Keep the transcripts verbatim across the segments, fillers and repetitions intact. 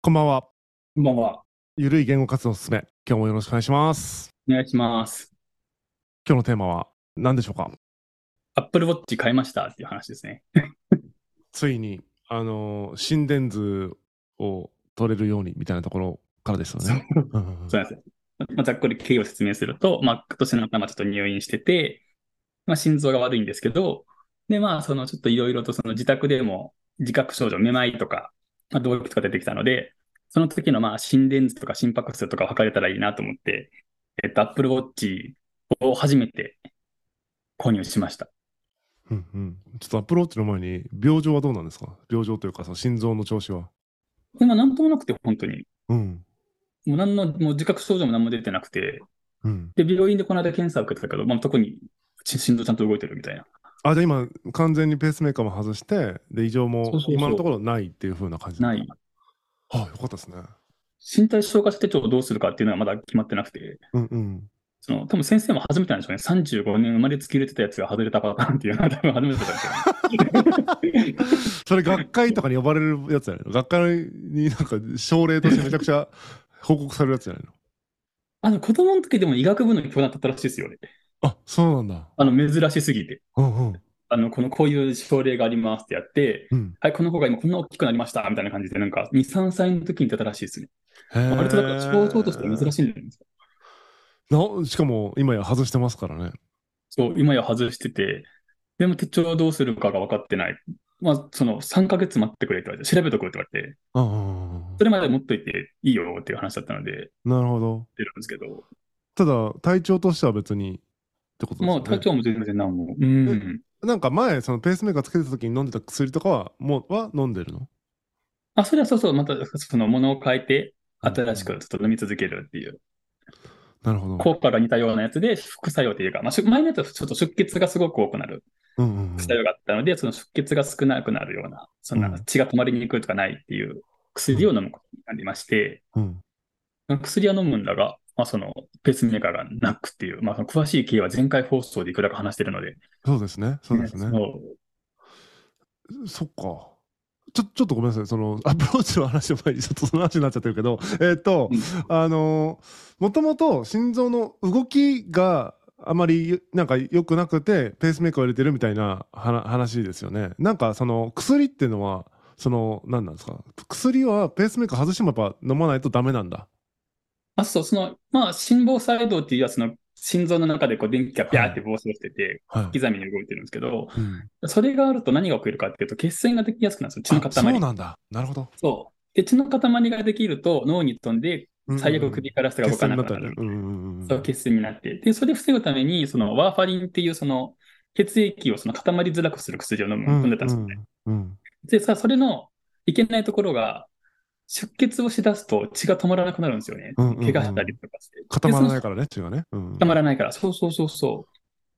こんばんは。 こんばんは。 ゆるい言語活動のすすめ。今日もよろしくお願いします。 お願いします。 今日のテーマは何でしょうか？ Apple Watch 買いましたっていう話ですね。 ついに、あのー心電図を取れるようにみたいなところからですよそう、 ね。うんうんうん。 そうなんですよ。まあ、ざっくり経緯を説明すると、まあ、今年の頭ちょっと入院してて、まあ、心臓が悪いんですけど、で、まあ、そのちょっといろいろとその自宅でも自覚症状、めまいとか、まあ、動悸とか出てきたので、その時のまあ心電図とか心拍数とかを測れたらいいなと思って、えっと、Apple Watch を初めて購入しました。 うんうん。ちょっとアプローチの前に、病状はどうなんですか？病状というか、その心臓の調子は。 今、なんともなくて、本当に。 うん。 もう何の、もう自覚症状も何も出てなくて、 うん。 で、病院でこの間検査を受けてたけど、まあ、特にし心臓ちゃんと動いてるみたいな。 あ、じゃあ今、完全にペースメーカーも外して、で、異常もそうそうそ今のところないっていう風な感じう。 なんだ。 ない。 はあ、よかったですね。 身体消化手帳をどうするかっていうのはまだ決まってなくて、 うんうん。 その、多分先生も初めてなんでしょうね。さんじゅうごねん生まれつき入れてたやつが外れたパターンっていうのは多分初めてなんでしょうね。 それ学会とかに呼ばれるやつじゃないの？学会になんか症例としてめちゃくちゃ報告されるやつじゃないの？ あの、子供の時でも医学部の教だったらしいですよね。 あ、そうなんだ。 あの、珍しすぎて。 うんうん。 あの、この、こういう症例がありますってやって、 うん。 はい、この子が今こんな大きくなりました、みたいな感じで、なんか、に、さんさいの時に出たらしいですね。 へ割とだから、症状としては珍しいんえ。 じゃないですか。 な、しかも今や外してますからね。 そう、今や外してて、でも手帳どうするかが分かってない。まあ、そのさんかげつ待ってくれって言われて、調べとくって言われて、 うんうんうん。 それまで持っといていいよっていう話だったので、 なるほど。 出るんですけど、 ただ、体調としては別にってことですよね。 もう体調も全然何も。うえ、 ん。 なんか前、そのペースメーカーつけてた時に飲んでた薬とかは、もう、は飲んでるの？ あ、それはそうそう、またそのものを変えて、 うん新しくうん。 ちょっと飲み続けるっていう、 なるほど。 効果が似たようなやつで、副作用っていうか、まあ、し前のやつはちょっと出血がすごく多くなるうんう副作ん用があったので、その出血が少なくなるような、そんなうん。 血が止まりにくいとかないっていううん薬を飲むことになりまして、 うん。 薬は飲むんだが、まあ、そのペースメーカーがなくっていう、まあ、その詳しい経緯は前回放送でいくらか話してるので、 そうですね。そうでね、 すね。 そう、 そっか。ちょ、ちょっとごめんなさい。その、アプローチの話の前に、ちょっとその話になっちゃってるけど、えっと、 うん、 あのー、もともと心臓の動きがあまりなんか良くなくて、ペースメーカーを入れてるみたいな話話ですよね。なんか、その、薬っていうのは、その、何なんですか？薬はペースメーカー外してもやっぱ飲まないとダメなんだ。 あ、そう、その、まあ、心房細動っていうやつの心臓の中でこう電気がビャーってはい。 暴走してて、小は刻みに動いてるんですけど、 い。うん。 それがあると何が起きるかっていうと、血栓ができやすくなるんですよ、血のあ、そう塊。 なんだ。なるほど。 そう。で、血の塊ができると脳に飛んで、 うんうん最悪うん。 首から下が血動かなくな栓になったらね。 るみたいな。 うんうんうんうそう、 ん。 血栓になって。で、それを防ぐために、そのワーファリンっていうその血液をその固まりづらくする薬を飲む、 うん飲んでたんですよね。 うんうん。 で、さ、それのいけないところが、出血をしだすと血が止まらなくなるんですよね。 うんうん怪我したりうん。 とかして。 固で、そのまらないからね、血がね。うたまん。 らないから。そうそうそうそう。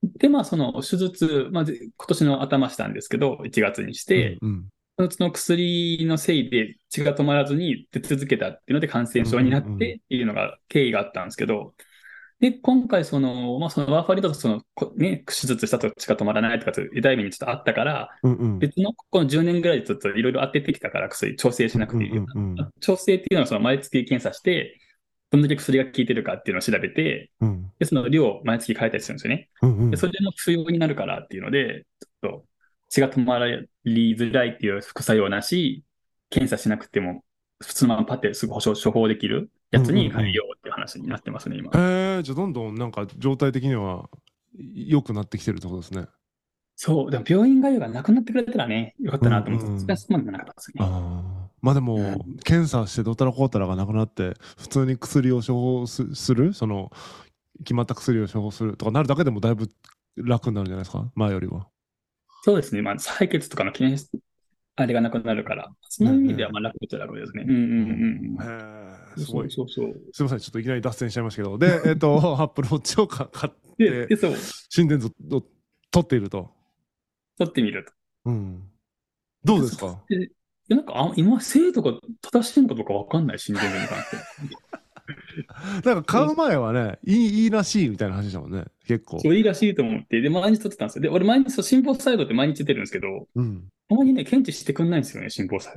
で、まあ、その手術、まあ、ぜ今年の頭したんですけど、いちがつにして、 うんうんその薬のせいで血が止まらずに出続けたっていうので感染うんうん症になっうん。 てっていうのが経緯があったんですけど、で、今回その、まあ、そのワーファリンだとその、こね、手術したと血が止まらないとか、痛い目にちょっとあったから、 うんうん。 別のこのじゅうねんぐらいでちょっといろいろ当ててきたから薬調整しなくうんうんていいような。 うんうん。 調整っていうのはその毎月検査して、どんだけ薬が効いてるかっていうのを調べて、 うんで、その量を毎月変えたりするんですよね。で、そうんうん。 れでも不要になるからっていうので、ちょっと血が止まりづらいっていう副作用なし、検査しなくても普通のままパッてすぐ処処方できるうんやつに変えうんうん。 ようっていう話になってますね、今。 へえ、じゃあどんどんなんか状態的には良くなってきてるってことですね。 そう、でも病院通いがなくなってくれたらね、よかっうんたなと思って、それはうん。 そこまでなかったですね。 ああ。まあでも、 うん。 検査してどうたらこうたらがなくなって、普通に薬を処方す、する、その、決まった薬を処方するとかなるだけでもだいぶ楽になるんじゃないですか、前よりは。 そうですね。まあ、採血とかの検出、あれがなくなるから、そのねえ意味ではまあね楽っちゃ楽ですね。うんうえ。うんん。 うんへえ、 うん。そうすごい。 そうそう。 すいません、ちょっといきなり脱線しちゃいましたけど。で、えっと、アップルウォッチをか買っで、 て、 で、そう、 心電図を取っていると。 取ってみると。 うん。どうで、そう、 ですか？ で、でなんか、あ、今、精度が正しいのかどうかわかんない、心電図に関しては。 なんか買うそう前はね、いい、いいらしいみたいな話でしたもんね。結構。 そう、いいらしいと思って、で、毎日撮ってたんですよ。で、俺毎日、そう、心房細動って毎日出るんですけど、 うん。 たまにね、検知してくんないんですよね、心房細動。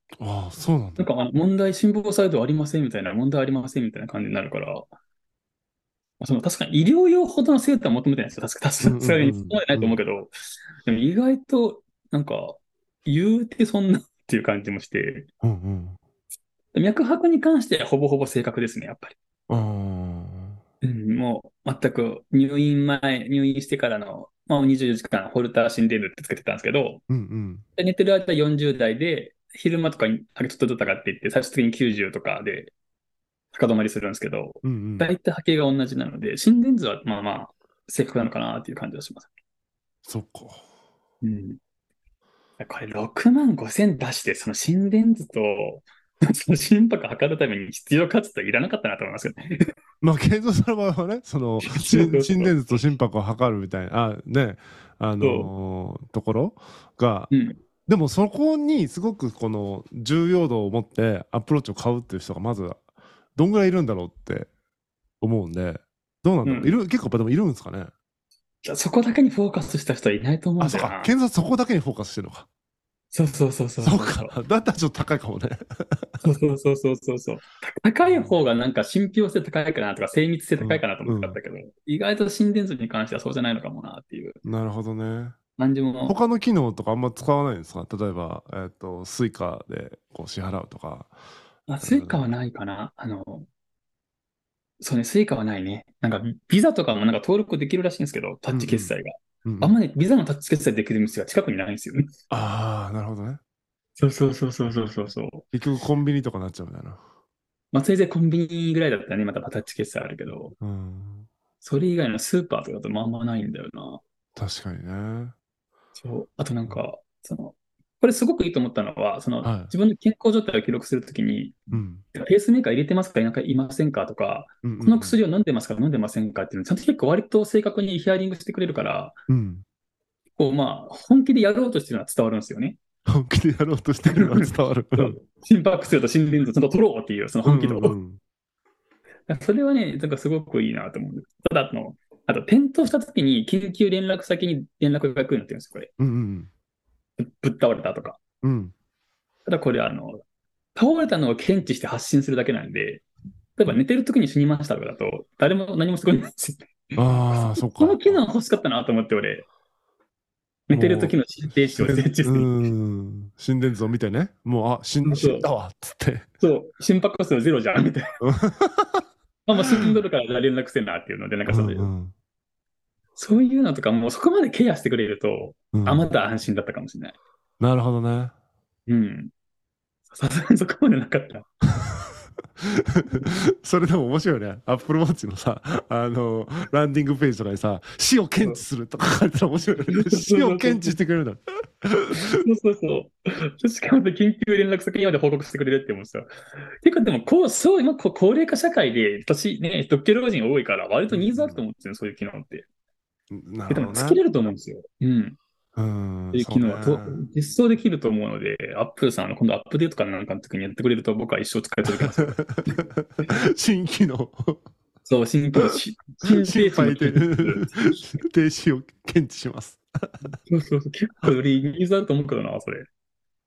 ああ、そうなんだ。 なんかあの問題、心房細動ありませんみたいな、問題ありませんみたいな感じになるから、その確かに医療用ほどの精度は求めてないんですよ。確か、確かうんうんうにそこまでないんうん。 と思うけど、でも意外と、なんか、言うてそんなっていう感じもして、 うんうん。 脈拍に関してはほぼほぼ正確ですね、やっぱり。 ああ。 うん、もう全く入院前、入院してからの、まあ、にじゅうよじかんホルター心電図ってつけてたんですけど、 うんうん。 で寝てる間よんじゅう代で、昼間とかにちょっとずつ上がっていって、最終的にきゅうじゅうとかで高止まりするんですけど、 うんうん。 大体波形が同じなので、心電図はまあまあ正確なのかなっていう感じがします。 そっか。 うん。これろくまんごせん出して、その心電図と、その心拍測るために必要かつといらなかったなと思いますよね。 まあ、健三さんの場合はね、その、 そう心そうそう。 心電図と心拍を測るみたいな、あ、ね、あそう。 のーところが、 うん。 でもそこにすごくこの重要度を持ってアプローチを買うっていう人がまずどんぐらいいるんだろうって思うんで、どうなんだろう。いうん。 る、結構やっぱでもいるんですかね。 じゃあそこだけにフォーカスした人はいないと思うあ、そうか。 んだよな。 健三そこだけにフォーカスしてるのか。 そうそうそうそうそうそうそう。 か。だったらちょっと高いかもね。 そうそうそうそうそうそう。た高い方がなんか信憑性高いかなとか精密性うん。 高いかなと思うん。 ってたけど、意外と心電図に関してはそうじゃないのかもなっていうなるほどね。 感じも。 他の機能とかあんま使わないんですか？例えば、えっと、スイカでこう支払うとか。 あ、 うん。 スイカはないかな。あの、そうね、スイカはないね。なんかビザとかもなんか登録できるらしいんですけど、タッうんうん。 チ決済が。 うんうん。 あんまりビザのタッチ決済できる店が近くにないんですよね。 ああ、なるほどね。 そうそうそうそうそうそうそう。 結局コンビニとかなっちゃうみたいな。 まあ、せいぜいコンビニぐらいだったらね、またタッチ決済あるけど、 うん。 それ以外のスーパーとかだとまあんまないんだよな。 確かにね。 そう。あとなんうん。 か、その、これすごくいいと思ったのは、その、 は自分の健康状態を記録するときに、 い。うん。 ペースメーカー入れてますか、なんかいませんかとか、 うんうんうこのん。 薬を飲んでますか、飲んでませんかっていうのをちゃんと結構割と正確にヒアリングしてくれるから、 うん。 こうまあ、本気でやろうとしてるのは伝わるんですよね。 本気でやろうとしてるのは伝わる。うそんう。心拍数と心電図をちゃんと取ろうっていう、そのうん本気度を。 うんうん。 それはね、なんかすごくいいなと思う。ただ、あの、あと、転倒した時に救急連絡先に連絡が来るようになってるんですよ、これ。 うんうんぶぶっ倒れたとか。 うん。 ただこれ、あの、倒れたのを検知して発信するだけなんで、例えば寝てる時に死にましたとかだと、誰も何もしてくれないんですよね。 ああ、そっこのか。 機能欲しかったなと思って、俺、寝てるもう、 時の心停止を設心電、う置する。 ん、心電図を見てね、もう、あ、死ん、 そう、 死んだわ、っつって。 そう、心拍数ゼロじゃん、みたいな。 うんまあ、もう死んどるから連絡せんなっていうので、なんかうそういう、 んそういうのとかもうそこまでケアしてくれると、あ、まうん。 だ安心だったかもしれない。 なるほどね。 うん。さすがにそこまでなかった。 それでも面白いね。アップルウォッチのさ、あの、ランディングページとかにさ、死を検知するとか書かれたら面白いよね。 そう死を検知そうそうそう。 してくれるんだ。 そうそうそう。しかも緊急連絡先まで報告してくれるって思うんですよ。てかでも、こう、そう、今、こう高齢化社会で、年ね、特許老人多いから、割とニーズあると思うんですよ、そういう機能って。 うんうん、なで、 るほどね。 多分つけれると思うんですよ。うん。 うん、 そういうそうね。 機能はと実装できると思うので、アップルさん、あの今度アップデートかなんかの時にやってくれると僕は一生使い続けますよ。 新機能。 そう、新機能、し心停止の心肺停検知する。 停止を検知します。 そうそうそう、結構よりニーズあると思うけどな、それ。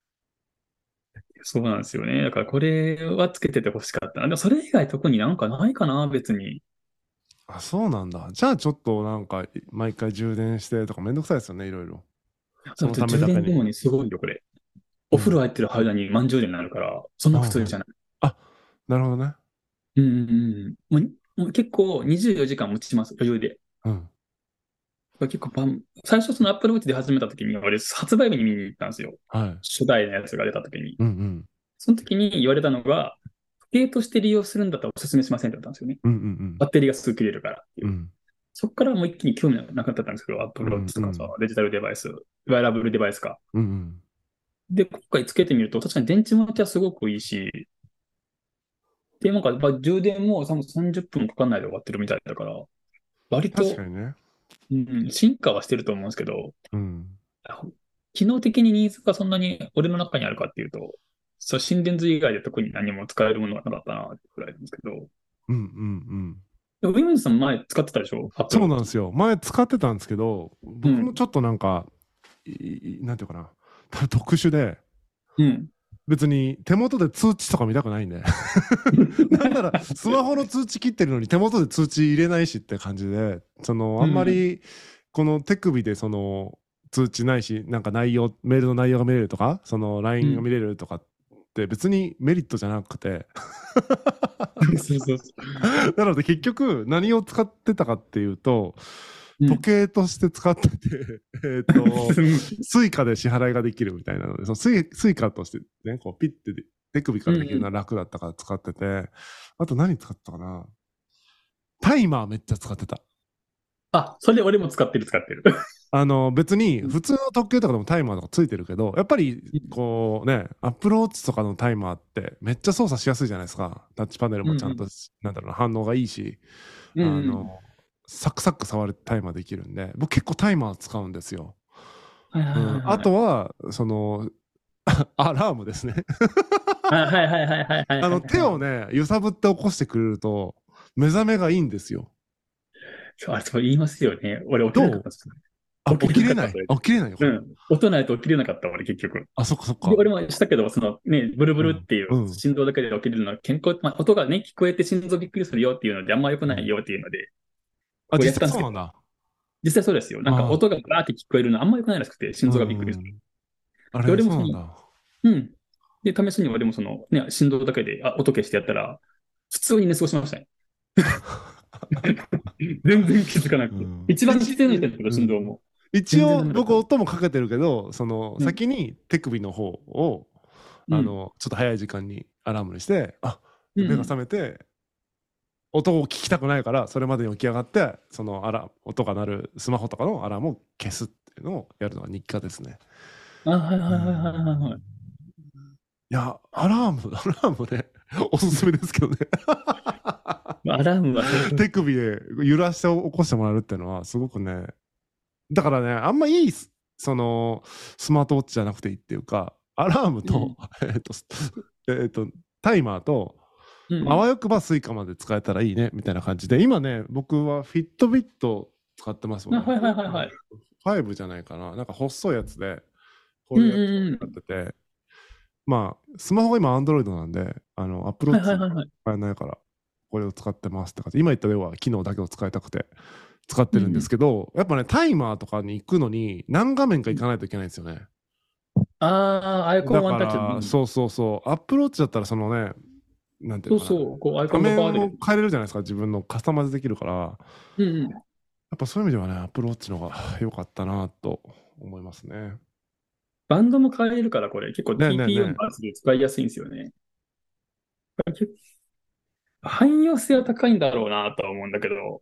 そうなんですよね。だからこれはつけてて欲しかったな。でもそれ以外特になんかないかな、別に。 あ、そうなんだ。じゃあちょっとなんか、毎回充電してとかめんどくさいですよね、いろいろ。そのあとためだけに。 充電でもね、すごいよ、これ。お風呂うん。 入ってる間に満充電になるから、そんなあ、はい。 苦痛じゃない。 あ、なるほどね。 うんうんうん。もうにもう結構にじゅうよじかん持ちます、余裕で。 うん。 結構パン、最初その Apple Watch で始めた時に、俺発売日に見に行ったんですよ。 はい。 初代のやつが出た時に。 うんうん。 その時に言われたのが、時計として利用するんだったらお勧めしませんって言ったんですよね。 うんうんバッテリーがすぐ切れるからっていう。 うん。 そこからもう一気に興味なくなったんですけど、 う Apple ん Watch とかさ、 うん。 デジタルデバイス、ウェアラブルデバイスか。 うんうん。 で、今回つけてみると、確かに電池持ちはすごくいいし、で、なんか、まあ、充電もさんじゅっぷんもかかんないで終わってるみたいだから、割と、 確かにね。 うん、進化はしてると思うんですけど、 うん。 機能的にニーズがそんなに俺の中にあるかっていうと、そう、心電図以外で特に何も使えるものはなかったなってくらいなんですけど、 うんうんうん。 でも、ウィメンズさん前使ってたでしょ？ そ Apple うなんで Watch。 すよ。前使ってたんですけど、 うん。 僕もちょっとなんか、いいなんていうかな、多分特殊で、 うん。 別に手元で通知とか見たくないんで。なんならスマホの通知切ってるのに手元で通知入れないしって感じで、そのあんまりこの手首でその通知ないし、なんか内容、メールの内容が見れるとか、その ライン が見れるとかって別にメリットじゃなくて。 そうそうそなので結局何を使ってたかっていうと、 う。 時計として使ってて、えっと、スイカで支払いができるみたいなので、そのスイスイカとしてね、こうピッて手首からできるのは楽だったから使ってて、あと何使ったかな、タイマーめっちゃ使ってた。 あ、それ俺も使ってる使ってる。 あの別に普通の時計とかでもタイマーとかついてるけど、やっぱりこうね、アップルウォッチとかのタイマーってめっちゃ操作しやすいじゃないですか。タッチパネルもちゃんと、 うんなんだろうな、反応がいいし、 うんうんあのサクサク触れてタイマーできるんで、僕結構タイマー使うんですよ。 はいはいはいはい。 うん、あとはそのアラームですね。 はいはいはいはいはいはい。 あの手をね揺さぶって起こしてくれると目覚めがいいんですよ。 そう、あ、そう言いますよね。俺起きどうれなかったです。 あ、 起起きれないきれなかった、それ。 起きれないよ。 うん。音ないと起きれなかった、俺結局。 あ、そっかそっか。 で、俺もしたけど、そのね、ブルブルっていううんうん振動だけで起きるのは健康、まあ、音がね、聞こえて心臓びっくりするよっていうので、あんま良くないよっていうので、 あ、 こうやっ実たんですけど、 際そうなんだ。 実際そうですよ。なんかあ音がバーって聞こえるのあんま良くないらしくて、心うん臓がびっくりする。 うん。あで、 れ、 俺もその、 そうなんだ。 うん。で、試しに俺もその、ね、振動だけで、あ、音消してやったら、普通に寝過ごしましたね。全然気づかなくて。 うん、 一番きついのに言ってるけど、 うん、 振動も。 一全然応僕ダメだった。 音もかけてるけど、そのうん。 先に手首の方をうん。 あのちょっと早い時間にアラームにして、あ、 うん。 目が覚めて音を聞きたくないからそれまでに起き上がって、そのアラ音が鳴るスマホとかのアラームを消すっていうのをやるのが日課ですね。 あ、はいはいはいはいうんはいはい。 いや、アラーム、アラームね、おすすめですけどね。 アラームは最高で手す。 首で揺らして起こしてもらえるっていうのはすごくね、だからね、あんまいいスそのスマートウォッチじゃなくていいっていうか、アラームと、 うん。 えっと、えっと、タイマーと、あわうん。 よくばスイカまで使えたらいいねみたいな感じで、今ね、僕はフィットビット使ってますもんあ、 ね。 はいはいはいはい。 ごじゃないかな。なんか細いやつで、こうんういうやつをうんうん。 使ってて、まあ、スマホが今、アンドロイドなんで、あの、アップロはいーチはいはいはい。 使えないから、これを使ってますって感じ。今言った要は機能だけを使いたくて使ってるんですうんうん。 けど、やっぱね、タイマーとかに行くのに何画面か行かないといけないんですよね。 ああ、アイコンだワンタッチの。 から、そうそうそう、アップローチだったら、そのね、なんていうのかな、 そうそう。こう、アイコ画ンがバーで出面をてくる。 変えれるじゃないですか、自分のカスタマイズできるから、やうんうん。 っぱそういう意味ではね、アップローチの方が良かったなと思いますね。 バンドも変えれるから、これ結構ねえねえティーピーオー のねバースで使いやすいんですよね。結構汎用性は高いんだろうなとは思うんだけど、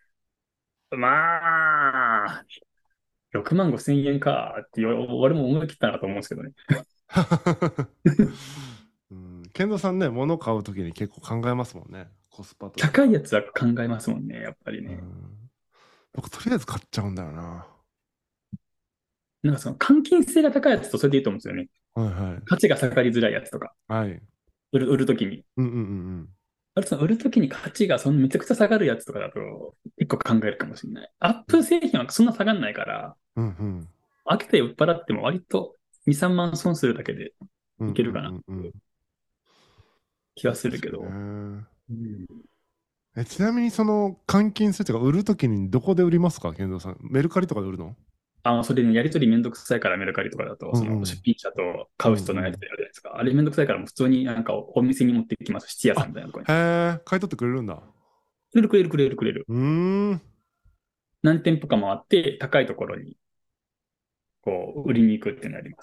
まあ、ろくまんごせん円かって言わ俺も思い切ったなと思うんですけどね。 え。うん、健三さんね、物買うときに結構考えますもんね。コスパというか。 高いやつは考えますもんね、やっぱりね。 うん、僕、とりあえず買っちゃうんだよな。 なんかその換金性が高いやつとそれでいいと思うんですよね。 はいはい。 価値が下がりづらいやつとか、 はい。 売る、売るときに。 うんうんうんあれ、その売るときに価値がそのめちゃくちゃ下がるやつとかだと、一個考えるかもしれない。アップル製品はそんな下がんないから、 うんうん開けて売っ払っても割とに、さんまん損するだけでうんうんいけるかなっうんうんうん。 ていう気はする確かにけど。 ね。 うん、 え、ちなみにその換金するというか売るときにどこで売りますか、健三さん。メルカリとかで売るの？ あ、それね、やりとりめんどくさいからメルカリとかだと、そのうんうん出品者と買ううんうん。 人のやりとりあるじゃないですか。あれめんどくさいからもう普通になんかお店に持ってきます。質屋さんあ、 みたいなとこに。 へえ、買い取ってくれるんだ。 くれるくれるくれるくれる。 うーん。 何店舗か回って高いところにこう売りに行くっていうのがあります。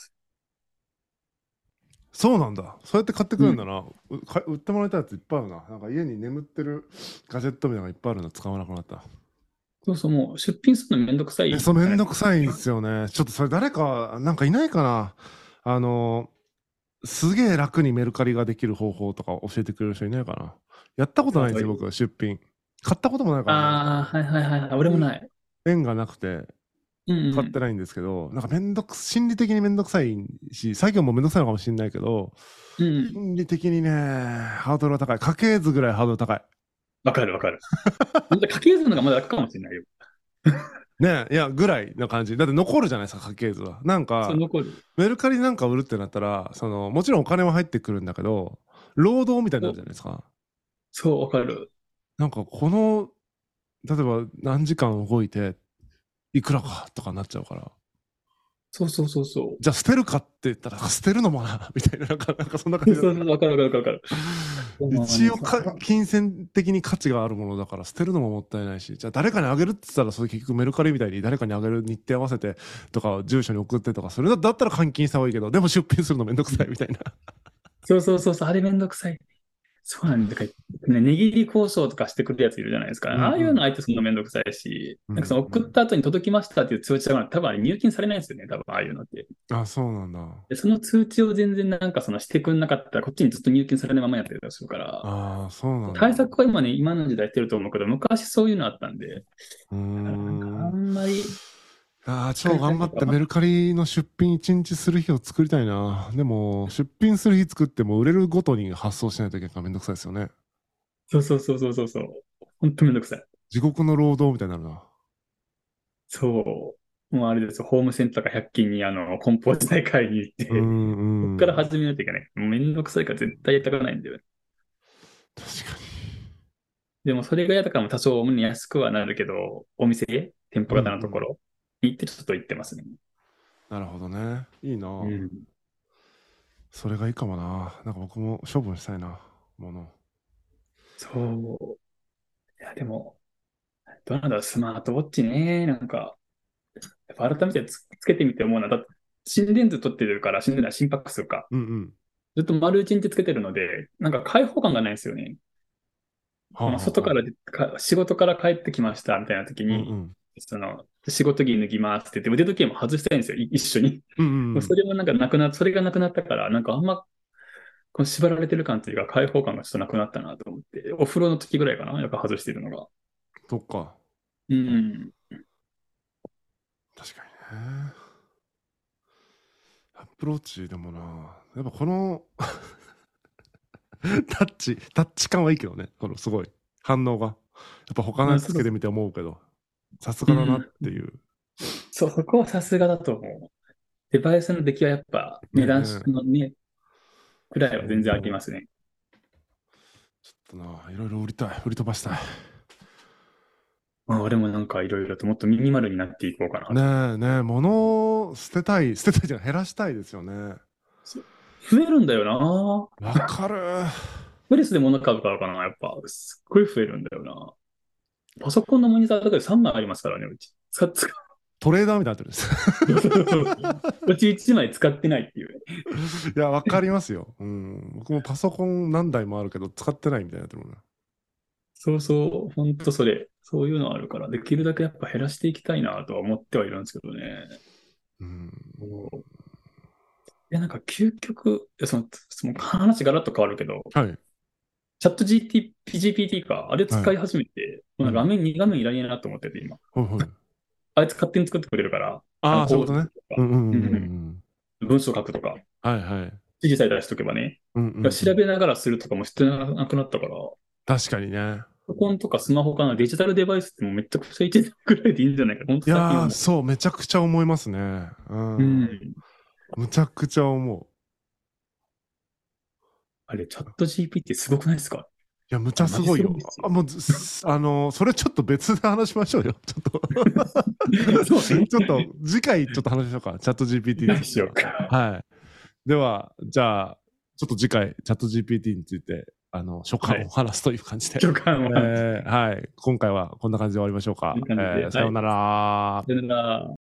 そうなんだ。そうやって買ってくうん。 れるんだな。うか売ってもらいたいやついっぱいあるな。なんか家に眠ってるガジェットみたいなのがいっぱいあるの使わなくなった。 そうそう、もう出品するのめんどくさえ、 いそう、めじゃないですか。 んどくさいんですよね。ちょっとそれ誰か、なんかいないかな。あの、すげえ楽にメルカリができる方法とか教えてくれる人いないかな。やったことあ、 ないんですよ、 そういう。 僕、出品。買ったこともないからね。 ああ、はいはいはいはい。俺もにない。 縁がなくてうんうん。 買ってないんですけど、なんかめんどく、心理的にめんどくさいし、作業もめんどくさいのかもしれないけど、 うんうん。 心理的にね、ハードルは高い。家系図ぐらいハードル高い。 わかるわかる。本当に家計図の方がまだ楽かもしれないよ。 ねえ、いや、ぐらいな感じ。だって残るじゃないですか、家系図は。なんそう、 か、 残る。 メルカリなんか売るってなったら、その、もちろんお金は入ってくるんだけど、労働みたいになるじゃないですか。 そう、わかる。 なんか、この、例えば何時間動いて、いくらかとかなっちゃうから。 そうそうそうそじゃあ捨てるかって言ったら、捨てるのもな、みたいな、なんか、なんかそんな感う。 じだった。 そうそうそう、わかるわかるわかるわかる。でもね、そう、 一応か、金銭的に価値があるものだから捨てるのももったいないし、じゃあ誰かにあげるって言ったら、それ結局メルカリみたいに誰かにあげる日程合わせてとか、住所に送ってとか、それだだったら換金した方がいいけど、でも出品するのめんどくさいみたいな。 そうそうそうそう、あれめんどくさい。そうなんだ。ね、値切り交渉とかしてくるやついるじゃないですか。 うんうああいうのん。 相手するのめんどくさいし、 うんなんかその送った後に届きましたっていう通知が多分あれ入金されないですよね。多分ああいうのって。 うん。あ、そうなんだ。 で、その通知を全然なんかそのしてくんなかったら、こっちにずっと入金されないままやってたりするから、 ああ、そうなんだ。 対策は今ね、今の時代してると思うけど、昔そういうのあったんで、 うーだからなんかあん。 んまりああ、 使いた超頑張いとかは、 ってメルカリの出品一日する日を作りたいな。でも、出品する日作っても売れるごとに発送しないといけないからめんどくさいですよね。 そうそうそうそうそうそう、ほんとめんどくさい。 地獄の労働みたいになるな。 そう。もうあれですよ、ホームセンターかひゃく均にあの、梱包材買いに行っうーて、こっん、うん。 から始めないといけない。もうめんどくさいから絶対やりたくないんだよね。 確かでもそれが嫌だからも多少安くはなるけど、お店、店舗に。うんうん。 型のところに行ってちょっと行ってますね。 なるほどね。いいな。 うん。 それがいいかもな。なんか僕も処分したいな。もの。 そう。いや、でも、どうなんだろう、スマートウォッチね。なんか、やっぱ改めてつつけてみて思うのは、だって心電図取ってるから、心電図は心拍数か。 うんうん。 ずっと丸一日つけてるので、なんか開放感がないんですよね。 はああの外はあはあ。 からでか、仕事から帰ってきましたみたいな時に、 うんうん。 その、仕事着脱ぎますって言って、腕時計も外したいんですよ、い一緒に。 うんうんうん。 それもなんかなくな、それがなくなったから、なんかあんま、この縛られてる感というか、開放感がちょっとなくなったなと思って、お風呂の時ぐらいかな、やっぱ外してるのが。 そっか。 うん。 確かにね。アプローチでもな。やっぱこのタッチ、タッチ感はいいけどね。このすごい。反応が。やっぱ他のまあ、その、 やつつけてみて思うけど、さすがだなっうん。 ていう。 そう、そこはさすがだと思う。デバイスの出来はやっぱ値段ねえ。 のね、くらいそう。 は全然ありますね。 ちょっとな、いろいろ売りたい。売り飛ばしたい。 まあ、俺もなんかいろいろともっとミニマルになっていこうかなと。 ねえねえ、物を捨てたい、捨てたいじゃん、減らしたいですよね。 そう増えるんだよな。 わかる。 プレスで物買うからかな、やっぱ。すっごい増えるんだよな。パソコンのモニターだけでさんまいありますからね、うち。使っ、使っ、 トレーダーみたいになってるんです。 うちいちまい使ってないっていうね。 いや、わかりますよ。うん。僕もパソコン何台もあるけど、使ってないみたいになってるもんね。 そうそう、ほんとそれ。そういうのあるから、できるだけやっぱ減らしていきたいなとは思ってはいるんですけどね。 うん。 そういや、なんか究極、いやその、その話がらっと変わるけど、 はい。 チャット ジーティー、ジーピーティー か、あれはい。 使い始めて、もうん。 う画面に画面いらねえなと思ってて、今。 はいはい。 あいつ勝手に作ってくれるから、あの、 ああ、そういう構ことね。 成とか、 うんうんうんううんん。 うん、文章書くとか、 はいはい。 指示さえ出しとけばね、 うんうんうん。 調べながらするとかもしてなくなったから、 確かにね。 パソコンとかスマホかなデジタルデバイスってもうめちゃくちゃいちねんくらいでいいんじゃないか。本当いやー、 最近思そう、めちゃくちゃ思いますね。うう。うん。 ん。 むちゃくちゃ思う。 あれ、チャット ジーピーティー すごくないですか？ いや、むちあれ、マジゃすごいよ。 すごいですよ。 あ、もうず、すあのーそれちょっと別で話しましょうよ。ちょっとそうね。 ちょっと、次回ちょっと話しましょうか。チャット ジーピーティー については。 何しようか。 はい。では、じゃあ、ちょっと次回、チャット ジーピーティー について、あの、所感をはい。 話すという感じで。 共感は、こえーはい。今回はこんな感じで終わりましょうか。 んな感じで。 えーさようなはい。 ら。 さよなら。